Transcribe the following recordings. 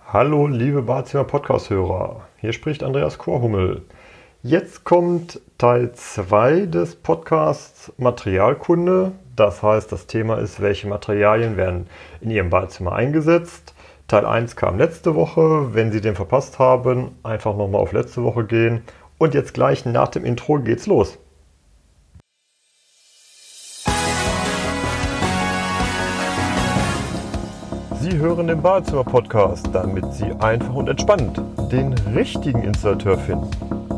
Hallo, liebe Badezimmer Podcast-Hörer. Hier spricht Andreas Korhummel. Jetzt kommt Teil 2 des Podcasts Materialkunde. Das heißt, das Thema ist, welche Materialien werden in Ihrem Badezimmer eingesetzt. Teil 1 kam letzte Woche. Wenn Sie den verpasst haben, einfach nochmal auf letzte Woche gehen. Und jetzt gleich nach dem Intro geht's los. Sie hören den Badezimmer-Podcast, damit Sie einfach und entspannt den richtigen Installateur finden.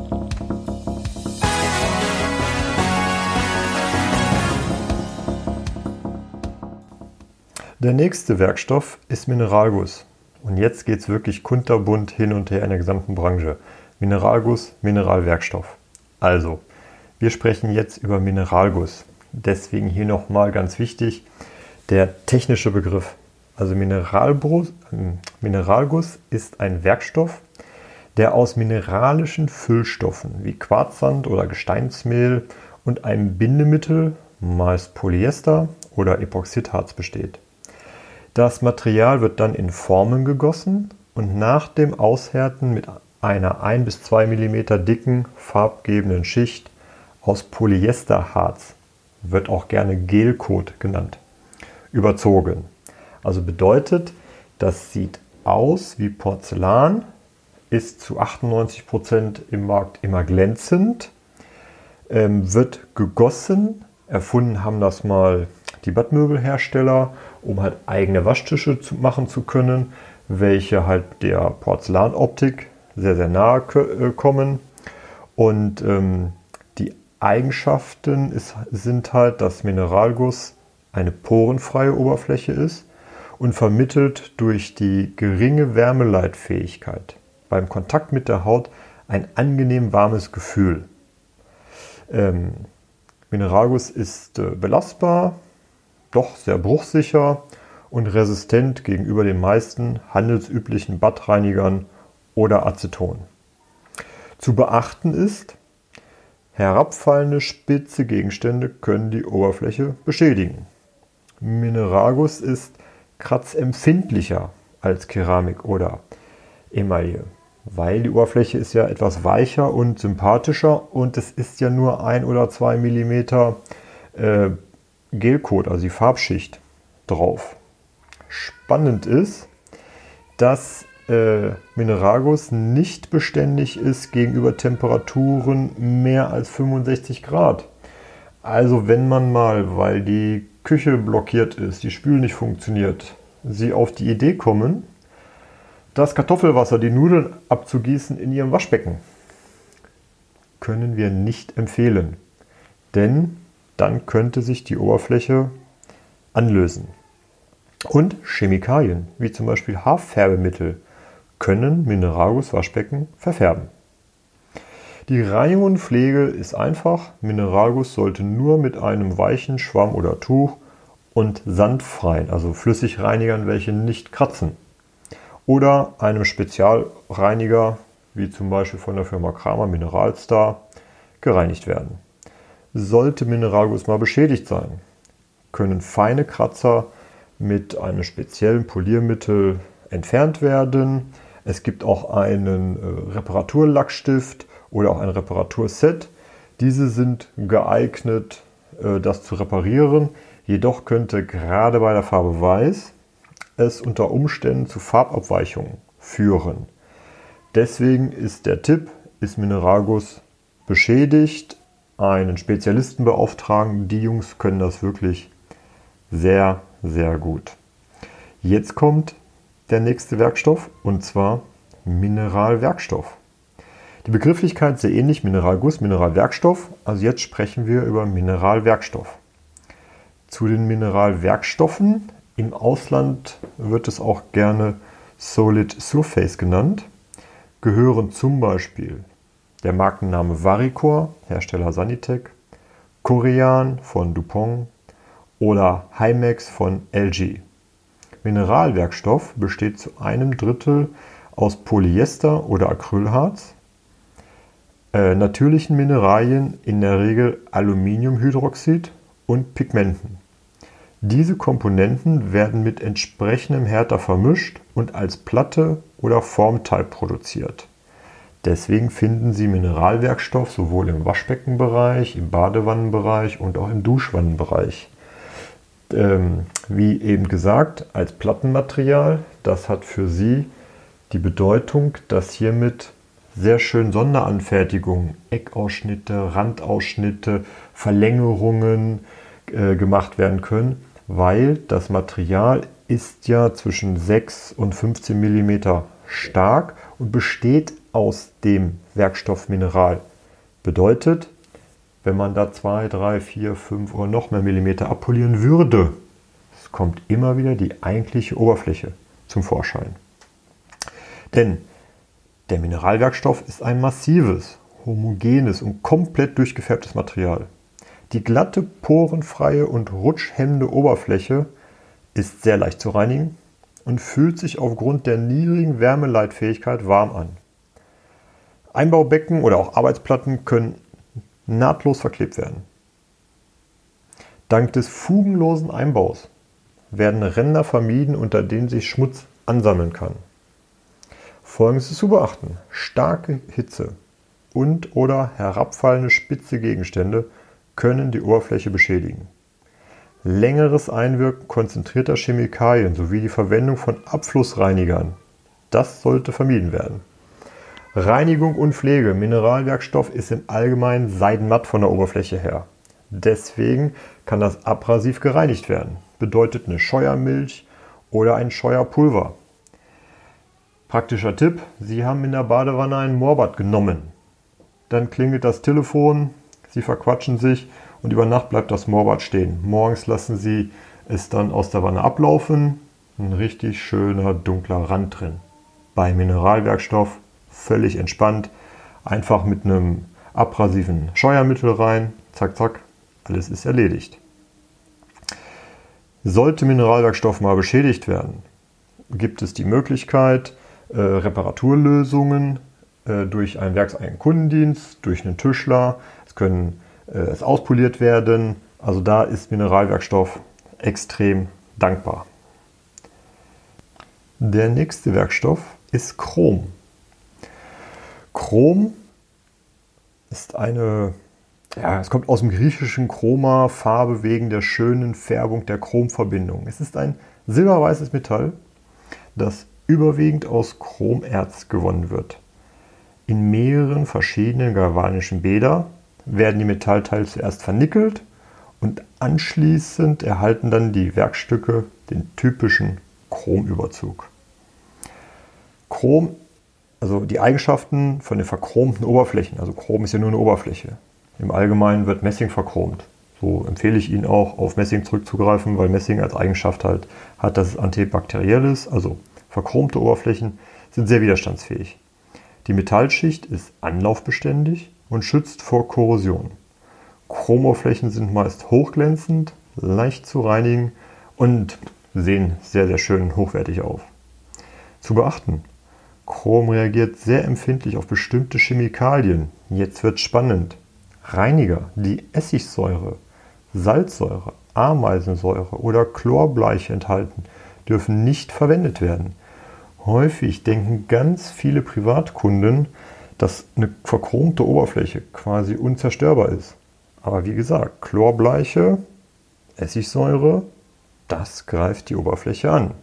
Der nächste Werkstoff ist Mineralguss. Und jetzt geht es wirklich kunterbunt hin und her in der gesamten Branche. Mineralguss, Mineralwerkstoff. Also, wir sprechen jetzt über Mineralguss. Deswegen hier nochmal ganz wichtig, der technische Begriff. Also Mineralguss ist ein Werkstoff, der aus mineralischen Füllstoffen wie Quarzsand oder Gesteinsmehl und einem Bindemittel, meist Polyester oder Epoxidharz, besteht. Das Material wird dann in Formen gegossen und nach dem Aushärten mit einer 1 bis 2 mm dicken, farbgebenden Schicht aus Polyesterharz, wird auch gerne Gelcoat genannt, überzogen. Also bedeutet, das sieht aus wie Porzellan, ist zu 98% im Markt immer glänzend, wird gegossen. Erfunden haben das mal die Badmöbelhersteller, um halt eigene Waschtische machen zu können, welche halt der Porzellanoptik sehr, sehr nahe kommen. Und die Eigenschaften sind halt, dass Mineralguss eine porenfreie Oberfläche ist und vermittelt durch die geringe Wärmeleitfähigkeit beim Kontakt mit der Haut ein angenehm warmes Gefühl. Mineralguss ist belastbar, doch sehr bruchsicher und resistent gegenüber den meisten handelsüblichen Badreinigern oder Aceton. Zu beachten ist, herabfallende spitze Gegenstände können die Oberfläche beschädigen. Mineralguss ist kratzempfindlicher als Keramik oder Emaille, weil die Oberfläche ist ja etwas weicher und sympathischer und es ist ja nur 1 oder 2 mm Gelcoat, also die Farbschicht, drauf. Spannend ist, dass Mineralguss nicht beständig ist gegenüber Temperaturen mehr als 65 Grad. Also wenn man mal, weil die Küche blockiert ist, die Spül nicht funktioniert, Sie auf die Idee kommen, das Kartoffelwasser, die Nudeln abzugießen in Ihrem Waschbecken, können wir nicht empfehlen, denn dann könnte sich die Oberfläche anlösen. Und Chemikalien, wie zum Beispiel Haarfärbemittel, können Mineralguss-Waschbecken verfärben. Die Reinigung und Pflege ist einfach. Mineralguss sollte nur mit einem weichen Schwamm oder Tuch und sandfreien, also Flüssigreinigern, welche nicht kratzen, oder einem Spezialreiniger, wie zum Beispiel von der Firma Kramer Mineralstar, gereinigt werden. Sollte Mineralguss mal beschädigt sein, können feine Kratzer mit einem speziellen Poliermittel entfernt werden. Es gibt auch einen Reparaturlackstift oder auch ein Reparaturset. Diese sind geeignet, das zu reparieren. Jedoch könnte gerade bei der Farbe Weiß es unter Umständen zu Farbabweichungen führen. Deswegen ist der Tipp, ist Mineralguss beschädigt, einen Spezialisten beauftragen. Die Jungs können das wirklich sehr, sehr gut. Jetzt kommt der nächste Werkstoff und zwar Mineralwerkstoff. Die Begrifflichkeit ist sehr ähnlich, Mineralguss, Mineralwerkstoff. Also jetzt sprechen wir über Mineralwerkstoff. Zu den Mineralwerkstoffen, im Ausland wird es auch gerne Solid Surface genannt, gehören zum Beispiel der Markenname Varicor, Hersteller Sanitec, Korean von Dupont oder Hymex von LG. Mineralwerkstoff besteht zu 1/3 aus Polyester oder Acrylharz, natürlichen Mineralien, in der Regel Aluminiumhydroxid und Pigmenten. Diese Komponenten werden mit entsprechendem Härter vermischt und als Platte oder Formteil produziert. Deswegen finden Sie Mineralwerkstoff sowohl im Waschbeckenbereich, im Badewannenbereich und auch im Duschwannenbereich. Wie eben gesagt, als Plattenmaterial. Das hat für Sie die Bedeutung, dass hiermit sehr schön Sonderanfertigungen, Eckausschnitte, Randausschnitte, Verlängerungen gemacht werden können, weil das Material ist ja zwischen 6 und 15 mm stark und besteht aus dem Werkstoffmineral. Bedeutet, wenn man da 2, 3, 4, 5 oder noch mehr Millimeter abpolieren würde, es kommt immer wieder die eigentliche Oberfläche zum Vorschein. Denn der Mineralwerkstoff ist ein massives, homogenes und komplett durchgefärbtes Material. Die glatte, porenfreie und rutschhemmende Oberfläche ist sehr leicht zu reinigen und fühlt sich aufgrund der niedrigen Wärmeleitfähigkeit warm an. Einbaubecken oder auch Arbeitsplatten können nahtlos verklebt werden. Dank des fugenlosen Einbaus werden Ränder vermieden, unter denen sich Schmutz ansammeln kann. Folgendes ist zu beachten: Starke Hitze und/oder herabfallende spitze Gegenstände können die Oberfläche beschädigen. Längeres Einwirken konzentrierter Chemikalien sowie die Verwendung von Abflussreinigern, das sollte vermieden werden. Reinigung und Pflege. Mineralwerkstoff ist im Allgemeinen seidenmatt von der Oberfläche her. Deswegen kann das abrasiv gereinigt werden. Bedeutet eine Scheuermilch oder ein Scheuerpulver. Praktischer Tipp: Sie haben in der Badewanne ein Moorbad genommen. Dann klingelt das Telefon, Sie verquatschen sich und über Nacht bleibt das Moorbad stehen. Morgens lassen Sie es dann aus der Wanne ablaufen. Ein richtig schöner dunkler Rand drin. Bei Mineralwerkstoff völlig entspannt. Einfach mit einem abrasiven Scheuermittel rein. Zack, zack. Alles ist erledigt. Sollte Mineralwerkstoff mal beschädigt werden, gibt es die Möglichkeit, Reparaturlösungen durch einen werkseigenen Kundendienst, durch einen Tischler. Es auspoliert werden. Also da ist Mineralwerkstoff extrem dankbar. Der nächste Werkstoff ist Chrom. Chrom ist es kommt aus dem griechischen Chroma, Farbe wegen der schönen Färbung der Chromverbindung. Es ist ein silberweißes Metall, das überwiegend aus Chromerz gewonnen wird. In mehreren verschiedenen galvanischen Bädern werden die Metallteile zuerst vernickelt und anschließend erhalten dann die Werkstücke den typischen Chromüberzug. Chrom, also die Eigenschaften von den verchromten Oberflächen, also Chrom ist ja nur eine Oberfläche. Im Allgemeinen wird Messing verchromt. So empfehle ich Ihnen auch, auf Messing zurückzugreifen, weil Messing als Eigenschaft halt hat, dass es antibakteriell ist. Also verchromte Oberflächen sind sehr widerstandsfähig. Die Metallschicht ist anlaufbeständig und schützt vor Korrosion. Chromoberflächen sind meist hochglänzend, leicht zu reinigen und sehen sehr, sehr schön und hochwertig auf. Zu beachten: Chrom reagiert sehr empfindlich auf bestimmte Chemikalien. Jetzt wird es spannend. Reiniger, die Essigsäure, Salzsäure, Ameisensäure oder Chlorbleiche enthalten, dürfen nicht verwendet werden. Häufig denken ganz viele Privatkunden, dass eine verchromte Oberfläche quasi unzerstörbar ist. Aber wie gesagt, Chlorbleiche, Essigsäure, das greift die Oberfläche an.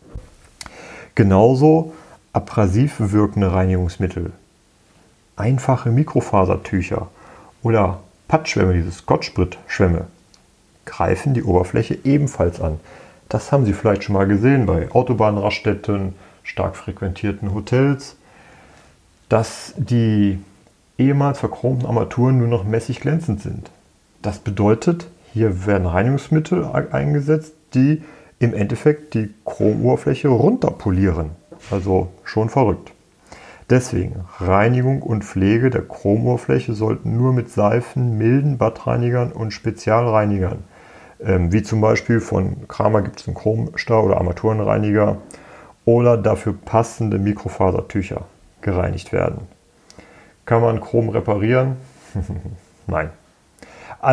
Genauso abrasiv wirkende Reinigungsmittel, einfache Mikrofasertücher oder Pattschwämme, diese Scotch-Brite-Schwämme, greifen die Oberfläche ebenfalls an. Das haben Sie vielleicht schon mal gesehen bei Autobahnraststätten, stark frequentierten Hotels, dass die ehemals verchromten Armaturen nur noch mäßig glänzend sind. Das bedeutet, hier werden Reinigungsmittel eingesetzt, die im Endeffekt die Chromoberfläche runterpolieren. Also schon verrückt. Deswegen, Reinigung und Pflege der Chromoberfläche sollten nur mit Seifen, milden Badreinigern und Spezialreinigern, wie zum Beispiel von Kramer gibt es einen Chromstar oder Armaturenreiniger, oder dafür passende Mikrofasertücher gereinigt werden. Kann man Chrom reparieren? Nein. Also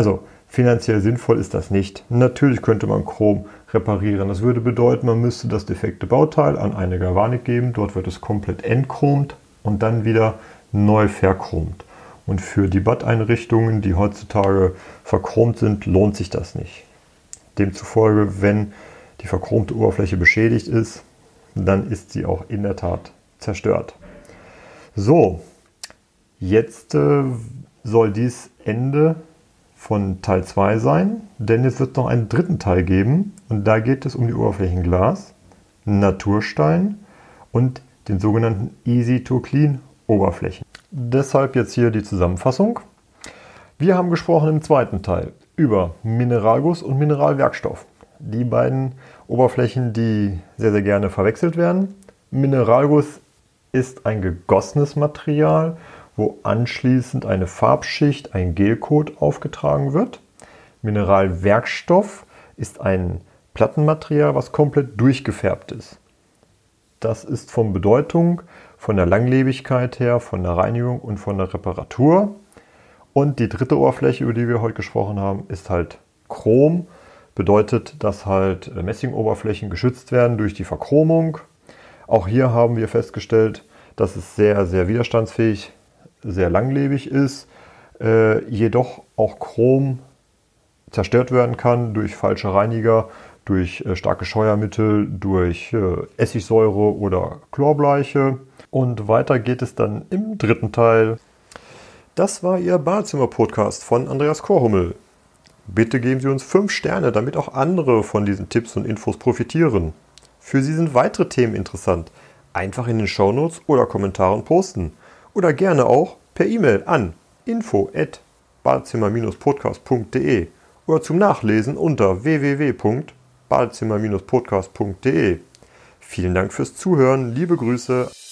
Finanziell sinnvoll ist das nicht. Natürlich könnte man Chrom reparieren. Das würde bedeuten, man müsste das defekte Bauteil an eine Galvanik geben. Dort wird es komplett entchromt und dann wieder neu verchromt. Und für die Badeinrichtungen, die heutzutage verchromt sind, lohnt sich das nicht. Demzufolge, wenn die verchromte Oberfläche beschädigt ist, dann ist sie auch in der Tat zerstört. So, jetzt soll dies Ende von Teil 2 sein, denn es wird noch einen dritten Teil geben und da geht es um die Oberflächenglas, Naturstein und den sogenannten Easy to Clean Oberflächen. Deshalb jetzt hier die Zusammenfassung. Wir haben gesprochen im zweiten Teil über Mineralguss und Mineralwerkstoff. Die beiden Oberflächen, die sehr, sehr gerne verwechselt werden. Mineralguss ist ein gegossenes Material, wo anschließend eine Farbschicht, ein Gelcoat aufgetragen wird. Mineralwerkstoff ist ein Plattenmaterial, was komplett durchgefärbt ist. Das ist von Bedeutung, von der Langlebigkeit her, von der Reinigung und von der Reparatur. Und die dritte Oberfläche, über die wir heute gesprochen haben, ist halt Chrom. Bedeutet, dass halt Messingoberflächen geschützt werden durch die Verchromung. Auch hier haben wir festgestellt, dass es sehr, sehr widerstandsfähig, sehr langlebig ist, jedoch auch Chrom zerstört werden kann durch falsche Reiniger, durch starke Scheuermittel, durch Essigsäure oder Chlorbleiche. Und weiter geht es dann im dritten Teil. Das war Ihr Badezimmer-Podcast von Andreas Korhummel. Bitte geben Sie uns 5 Sterne, damit auch andere von diesen Tipps und Infos profitieren. Für Sie sind weitere Themen interessant. Einfach in den Shownotes oder Kommentaren posten. Oder gerne auch per E-Mail an info@badezimmer-podcast.de oder zum Nachlesen unter www.badezimmer-podcast.de. Vielen Dank fürs Zuhören. Liebe Grüße.